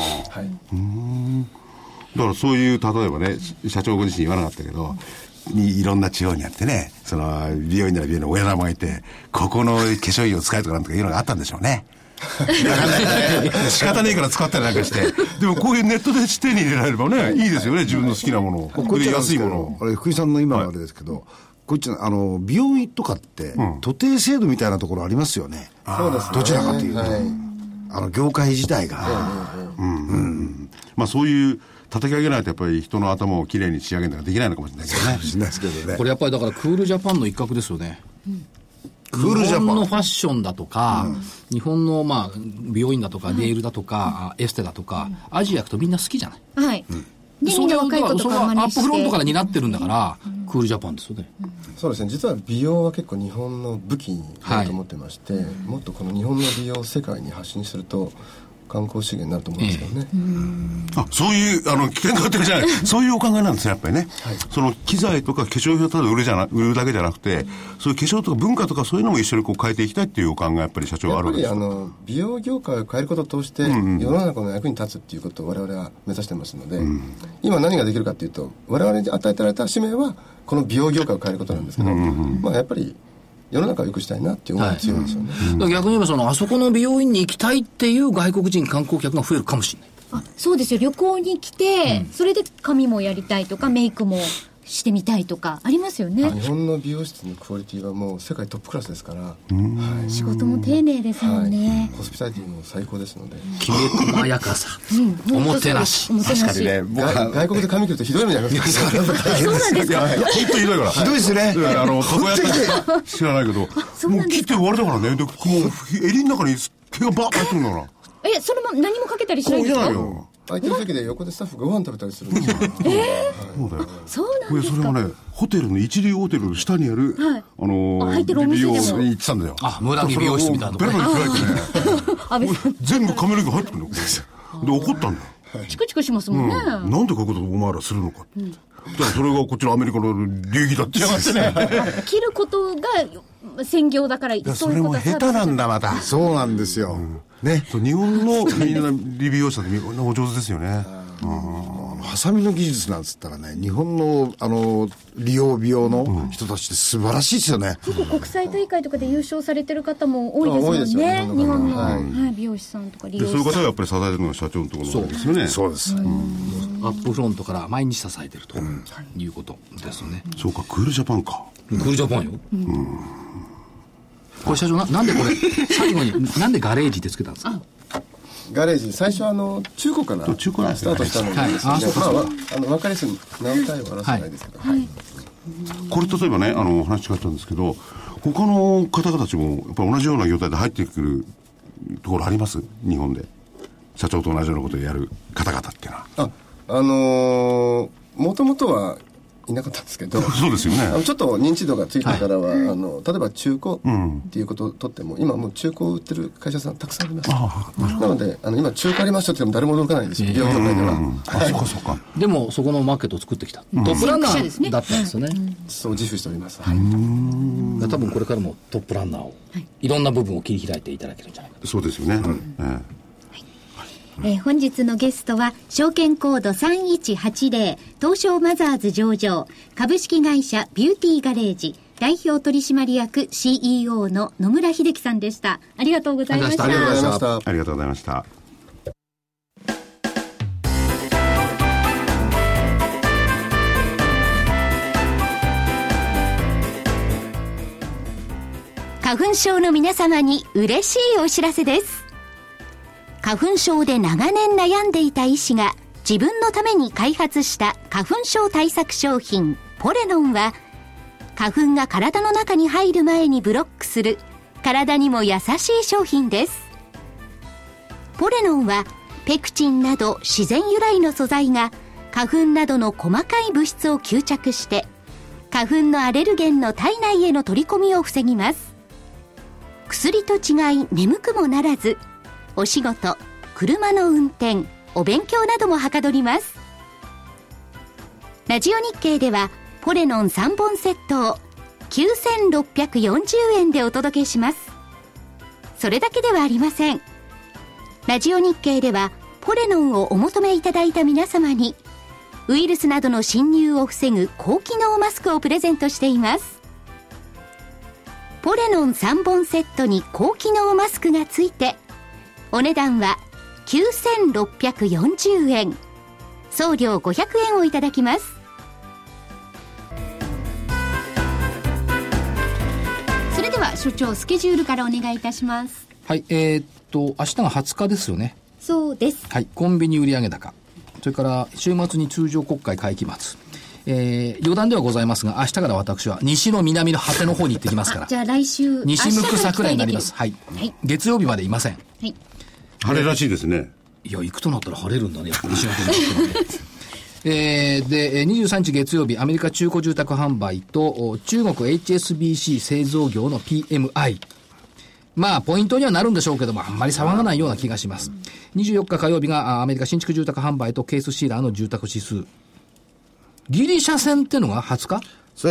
だからそういう、例えばね、社長ご自身言わなかったけど、いろんな地方にあってね、美容院なら美容院の親玉がいて、ここの化粧品を使えとかなんとかいうのがあったんでしょうね。仕方ねえから使ったりなんかして。でもこういうネットで手に入れられればね、いいですよね、自分の好きなものを。これで安いものを。 あれ、福井さんの今のあれですけど、こっちの、美容院とかって、徒弟制度みたいなところありますよね。 そうですね。 どちらかというと。業界自体が。 まあそういう、叩き上げないとやっぱり人の頭をきれいに仕上げるのができないのかもしれないけどね。 しないですけどね。 これやっぱりだからクールジャパンの一角ですよね。 クールジャパン。 日本のファッションだとか、日本のまあ美容院だとか、ネイルだとか、エステだとか、アジア行くとみんな好きじゃない。 はい。で、みんな若い子とかアップフロントから担ってるんだから、クールジャパンですよね。 そうですね。実は美容は結構日本の武器になると思ってまして、もっとこの日本の美容を世界に発信すると、観光資源になると思うんですけどね。 そういう危険があってるじゃない。そういうお考えなんですね、やっぱりね。はい、その機材とか化粧品をただ売るだけじゃなくて、そういう化粧とか文化とかそういうのも一緒にこう変えていきたいっていうお考えがやっぱり社長はあるわけですか。 やっぱり美容業界を変えることを通して、世の中の役に立つっていうことを我々は目指してますので、今何ができるかっていうと、我々に与えられた使命はこの美容業界を変えることなんですけど、まあやっぱり世の中を良くしたいなっていう思いが強いですよね。 逆に言えばあそこの美容院に行きたいっていう外国人観光客が増えるかもしれない。 そうですよ。旅行に来て、それで髪もやりたいとかメイクもしてみたいとかありますよね。 日本の美容室のクオリティはもう世界トップクラスですから、 仕事も丁寧ですもんね。 ホスピタリティも最高ですので、 きめ細やかさ、おもてなし。 確かにね、 外国で髪切るとひどい目にありますから。 そうなんですか。 本当ひどいから。 ひどいですね。 知らないけど、もう切って終わりだからね。でもう襟の中に毛がバーッと入ってるんだから。 それも何もかけたりしないんですか。 そうじゃないよ。 空いてる席で横でスタッフご飯食べたりするんですよ。 そうだよ。 そうなんですか。 それはね、ホテルの一流ホテルの下にある、 入ってるお店でも美容室に行ってたんだよ。 村木美容室みたいなところ。 ベラベラ開いてね。全部髪の毛入ってくるの。で、怒ったんだよ。 チクチクしますもんね。 なんでこういうことをお前らするのか。だからそれがこっちのアメリカの流儀だって言いましてね。 切ることが専業だから、 それも下手なんだ、また。 そうなんですよ。ね。 日本のみんな美容師さんってみんなお上手ですよね。 ハサミの技術なんつったらね、日本の美容の人たちって素晴らしいですよね。 結構国際大会とかで優勝されてる方も多いですもんね。日本の美容師さんとか理容師さん。 そういう方はやっぱり支えてるのが社長のところなんですよね。 そうです。 アップフロントから毎日支えてるということですね。 そうか、クールジャパンか。 クールジャパンよ。これ社長なんでこれ最後になんでガレージってつけたんですか。 ガレージ、最初中古からスタートしたので、分かりやすい何回は話せないですけど、 これ例えばね、話違ったんですけど、他の方々たちもやっぱ同じような業態で入ってくるところあります？日本で社長と同じようなことをやる方々っていうのは。 もともとはいなかったんですけど、 そうですよね。 ちょっと認知度がついてからは、例えば中古っていうことをとっても、今もう中古を売ってる会社さんたくさんあります。なので今中古ありますよって言っても誰も驚かないんですよ、美容業界では。 そうか。 でもそこのマーケットを作ってきた、トップランナーだったんですよね。 そう自負しております。 多分これからもトップランナーを、いろんな部分を切り開いていただけるんじゃないかと。 そうですよね。 本日のゲストは証券コード3180東証マザーズ上場株式会社ビューティーガレージ代表取締役 CEO の野村秀樹さんでした。ありがとうございました。 ありがとうございました。ありがとうございました。 花粉症の皆様に嬉しいお知らせです。花粉症で長年悩んでいた医師が自分のために開発した花粉症対策商品ポレノンは、花粉が体の中に入る前にブロックする体にも優しい商品です。ポレノンはペクチンなど自然由来の素材が花粉などの細かい物質を吸着して花粉のアレルゲンの体内への取り込みを防ぎます。薬と違い眠くもならず、お仕事、車の運転、お勉強などもはかどります。ラジオ日経ではポポレノン3本セットを9640円でお届けします。それだけではありません。ラジオ日経ではポレノンをお求めいただいた皆様にウイルスなどの侵入を防ぐ高機能マスクをプレゼントしています。ポレノン3本セットに高機能マスクがついてお値段は9640円、送料500円をいただきます。それでは所長、スケジュールからお願いいたします。 はい、明日が20日ですよね。 そうです。 はい、コンビニ売上高、それから週末に通常国会会期末、余談ではございますが、明日から私は西の南の果ての方に行ってきますから。 じゃあ来週西向く桜になります。はい、はい、月曜日までいません。はい、 晴れらしいですね。 いや、行くとなったら晴れるんだね、やっぱり西の方に行ってもね。で、23日月曜日、アメリカ中古住宅販売と中国 HSBC 製造業の PMI。まあ、ポイントにはなるんでしょうけども、あんまり騒がないような気がします。24日火曜日がアメリカ新築住宅販売とケースシーラーの住宅指数。ギリシャ戦っていうのが20日？ そうです。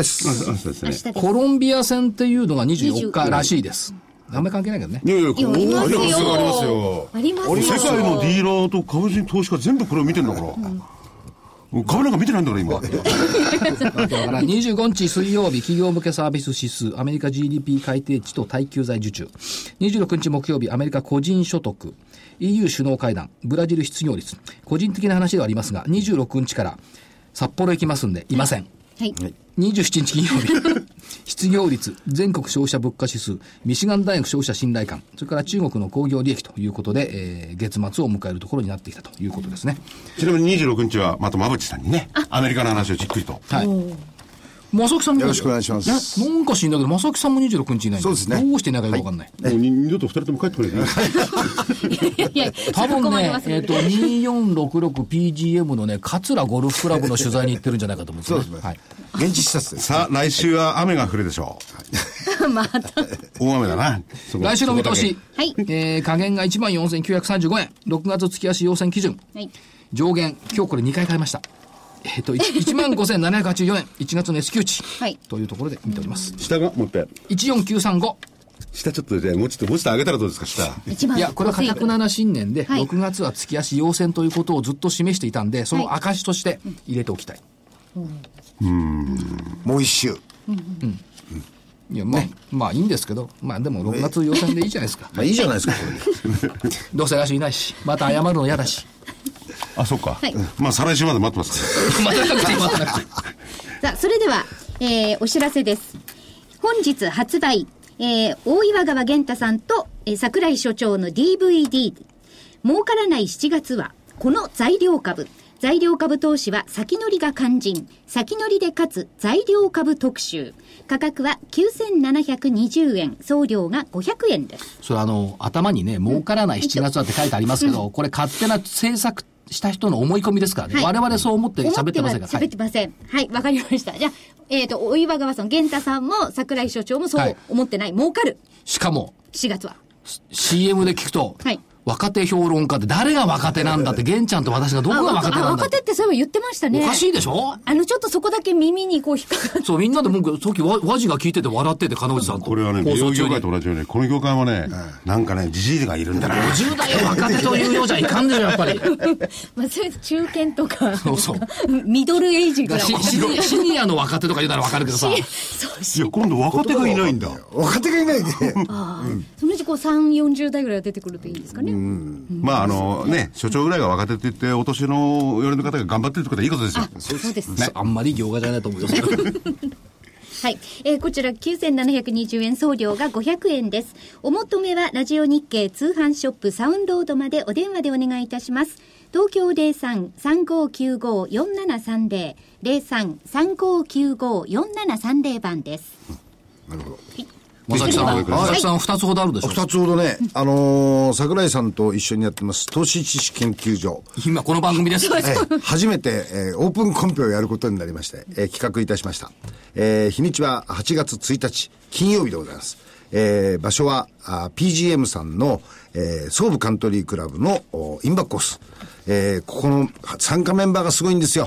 コロンビア戦っていうのが24日らしいです。あんまり関係ないけどね。 いやいや、 ありますよ。ありますよ。世界のディーラーと株式投資家全部これを見てるんだから。株なんか見てないんだから今。 だから25日水曜日、企業向けサービス指数、アメリカ GDP 改定値と耐久財受注。26日木曜日、アメリカ個人所得、EU 首脳会談、ブラジル失業率。個人的な話ではありますが、26日から札幌行きますんで、いません。 はい。 27日金曜日、失業率、全国消費者物価指数、ミシガン大学消費者信頼感、それから中国の工業利益ということで、月末を迎えるところになってきたということですね。 ちなみに26日はまた馬淵さんにね、アメリカの話をじっくりと。 はい。正木さんもよろしくお願いします。 なんか知んだけど、正木さんも26日いないんだ。 そうですね。 どうしていないかよくわかんない。 もう二度と二人とも帰ってこないね。 いや多分ね、2466PGM のね、桂ゴルフクラブの取材に行ってるんじゃないかと思うんですね。 そうですね。はい。現地視察です。 さあ、来週は雨が降るでしょう。また。 大雨だな。 来週の見通し。 はい。 下限が14,935円。6月月足要請基準。はい。上限、今日これ2回変えました。15,784円、1月の S q 値、はい、というところで見ております。 下がもう一遍。 14935。 下ちょっとじゃあもうちょっと上げたらどうですか、下。 いや、これは堅くなな新年で、はい、6月は月足要請ということをずっと示していたんで、その証として入れておきたい。 もう一周。 いや、まあいいんですけど、まあでも6月要請でいいじゃないですか。 まあいいじゃないですか、これで。 どうせ来週いないし、また謝るの嫌だし。 あ、そっか。はい、まあ、再来週まで待ってますから。 待たなくていい、待たなくていい。さあ、それでは、お知らせです。本日発売、大岩川源太さんと、櫻井所長の DVD、儲からない7月は、この材料株投資は先乗りが肝心、先乗りでかつ材料株特集。価格は9720円、送料が500円です。 それ頭にね、儲からない7月はって書いてありますけど、これ勝手な政策した人の思い込みですからね。はい、我々そう思って喋ってませんから。 喋ってません。はい、わかりました。じゃあ、大岩川さん、源太さんも櫻井所長もそう思ってない。儲かる。 しかも、 4月は。 CM で聞くと、はい。若手評論家って誰が若手なんだって、玄ちゃんと私がどこが若手なんだって。 若手ってそういえば言ってましたね。 おかしいでしょ？ ちょっとそこだけ耳にこう引っかかって。 そう、みんなで文句、さっき和地が聞いてて笑ってて、金内さんと。 これはね、美容業界と同じように、この業界はね、なんかね、じじいがいるんだな。 50代を若手というようじゃいかんでしょ、やっぱり。 まあ、それ中堅とか、 そうそう。 ミドルエイジぐらい。 シニアの若手とか言うならわかるけどさ。いや、今度若手がいないんだ。 若手がいないね。 そのうちこう3、40代ぐらいが出てくるといいんですかね。 まあね、所長ぐらいが若手って言って、お年の寄りの方が頑張ってるってことはいいことですよ。 そうですね。あんまり業界じゃないと思うよ。 はい。こちら9720円、送料が500円です。お求めはラジオ日経通販ショップサウンロードまでお電話でお願いいたします。東京 03-3595-4730 03-3595-4730 番です。 なるほど。 正木さん、2つほどあるでしょ。 2つほどね、櫻井さんと一緒にやってます投資知識研究所。 今この番組です。 初めて、オープンコンペをやることになりまして、企画いたしました。日にちは8月1日金曜日でございます。場所はPGM さんの、総武カントリークラブのインバックコース。ここの参加メンバーがすごいんですよ。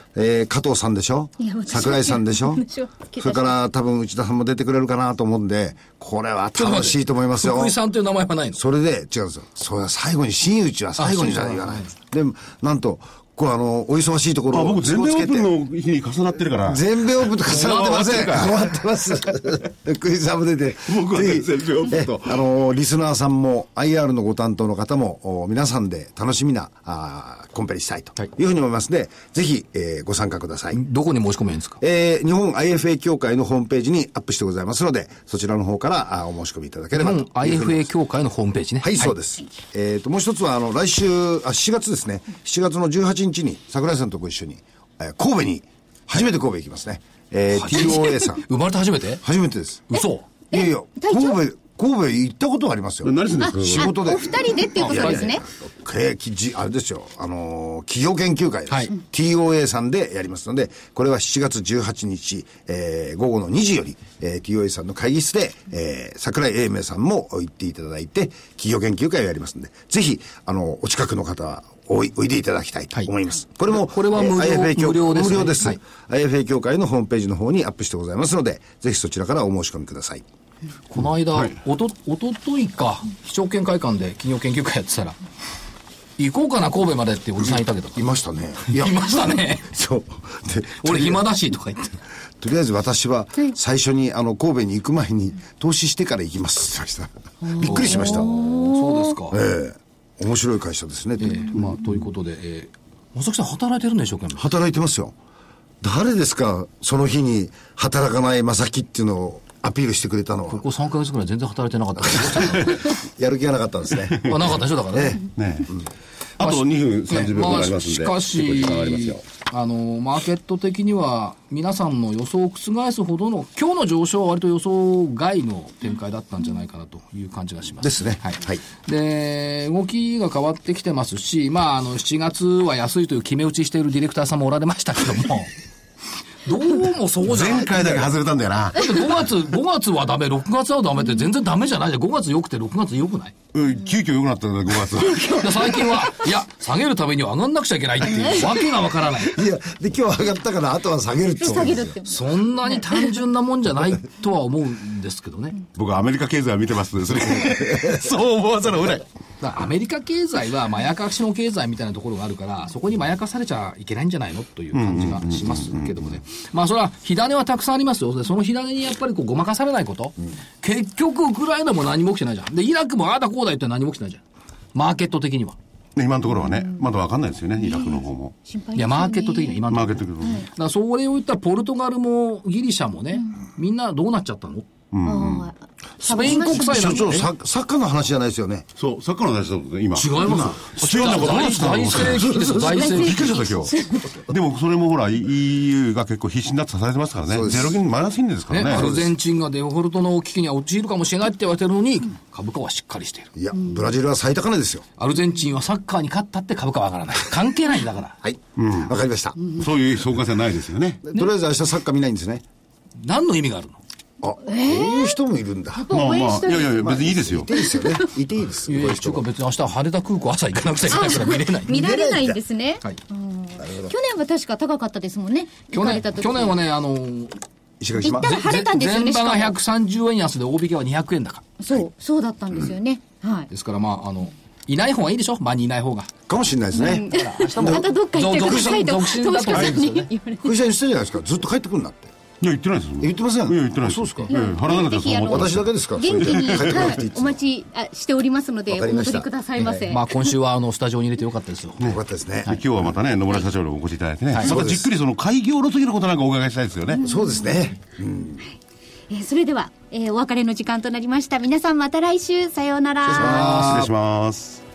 加藤さんでしょ、桜井さんでしょそれから多分内田さんも出てくれるかなと思うんで、これは楽しいと思いますよ。 福井さんという名前はないの？ それで、違うんですよ。それは最後に、真打ちは最後にじゃ言わない。で、なんと、お忙しいところを僕、全米オープンの日に重なってるから。 全米オープンと重なってません。終わってます。福井さんも出て。 僕はね、全米オープンと。 リスナーさんも、IR のご担当の方も、皆さんで楽しみな、コンペにしたいというふうに思いますので、ぜひ、ご参加ください。 どこに申し込めばいいんですか？ 日本 IFA 協会のホームページにアップしてございますので、そちらの方からお申し込みいただければと。 日本 IFA 協会のホームページね。 はい、そうです。もう一つは、来週、7月ですね。7月の18日に、桜井さんとご一緒に、神戸に、初めて神戸行きますね。TOA さん。 生まれて初めて？ 初めてです。 嘘？ いやいや、神戸行ったことありますよ。 何するんですか？ 仕事で。 お二人でっていうことですね。 あれですよ、企業研究会です。はい、TOA さんでやりますので、これは7月18日、午後の2時より、TOA さんの会議室で、桜井英明さんも行っていただいて、企業研究会をやりますので、ぜひ、お近くの方は、おいでいただきたいと思います。はい、これは無料です、ね。無料です。はい、IFA 協会のホームページの方にアップしてございますので、ぜひそちらからお申し込みください。 この間、おとといか、非証券会館で企業研究会やってたら、行こうかな、神戸までっておじさんいたけど。 いましたね。 いましたね。 そう。 で、俺暇だし、とか言って。 とりあえず私は、最初に、神戸に行く前に、投資してから行きますって言ってました。びっくりしました。 そうですか。 面白い会社ですね。 ということで、正木さん働いてるんでしょうか？ 働いてますよ。誰ですか、その日に働かない正木っていうのをアピールしてくれたのは。 ここ3ヶ月ぐらい全然働いてなかったやる気がなかったんですね。 なかったでしょ、だからね。 あと2分30秒ありますんで。 しかし、マーケット的には皆さんの予想を覆すほどの、今日の上昇は割と予想外の展開だったんじゃないかなという感じがします。 ですね。 はい。で、動きが変わってきてますし、7月は安いという決め打ちしているディレクターさんもおられましたけども、どうもそうじゃない。 前回だけ外れたんだよな。 だって5月はダメ、6月はダメって全然ダメじゃないじゃん。5月良くて6月良くない？ 急遽良くなったんだ、5月は。 最近は、いや、下げるためには上がんなくちゃいけないっていう、わけがわからない。 いや、で、今日上がったから、あとは下げるって下げるって。 そんなに単純なもんじゃないとは思うんですけどね。 僕はアメリカ経済を見てますので、そう思わざるを得ない。 アメリカ経済はまやかしの経済みたいなところがあるから、そこにまやかされちゃいけないんじゃないのという感じがしますけどもね。それは火種はたくさんありますよ。その火種にやっぱりごまかされないこと。結局ウクライナも何も起きてないじゃん。で、イラクもああだこうだ言って何も起きてないじゃん。マーケット的には。 今のところはね、まだ分かんないですよね、イラクの方も。 いや、マーケット的には今のところ。マーケット的には。だからそれを言ったらポルトガルもギリシャもね、みんなどうなっちゃったの？スペイン国債なんて、ね、 サッカーの話じゃないですよね。 そう、サッカーの話だと今。 違います。 スペインのことないですか？ 財政危機ですよ、財政危機。 びっくりしちゃった今日。でもそれもほら、EU が結構必死になって支えてますからね。ゼロ金マイナス金利ですからね。 アルゼンチンがデフォルトの危機には陥るかもしれないって言われてるのに、株価はしっかりしている。 いや、ブラジルは最高値ですよ。 アルゼンチンはサッカーに勝ったって株価は上がらない。関係ないんだから。 はい。わかりました。 そういう相関性はないですよね。 とりあえず明日サッカー見ないんですね。 何の意味があるの？ こういう人もいるんだ。 いや、別にいいですよ。 いていいですよね。いていいです。 というか別に明日羽田空港朝行かなくちゃいけないから見れない。 見られないんですね。 はい。 去年は確か高かったですもんね。 去年はね、 石垣島。 行ったら晴れたんですよね。 前場が130円安で大引けは200円高。 そうだったんですよね。はい。 ですからいない方がいいでしょ？場にいない方が。 かもしれないですね。 明日もまたどっか行ってくださいと。 独身だとないですよね。 福井さんにしてるじゃないですか。ずっと帰ってくるんだって。 いや、言ってないですよ。 言ってません。 いや、言ってないです。 そうですか。 払わなかったらそう思って。 私だけですか？ 元気にお待ちしておりますので、お戻りくださいませ。 今週はスタジオに入れてよかったですよ。 よかったですね。 今日はまたね、野村社長にお越しいただいてね。またじっくりその開業の時のことなんかお伺いしたいですよね。 そうですね。 それでは、お別れの時間となりました。皆さんまた来週、さようなら。 失礼します。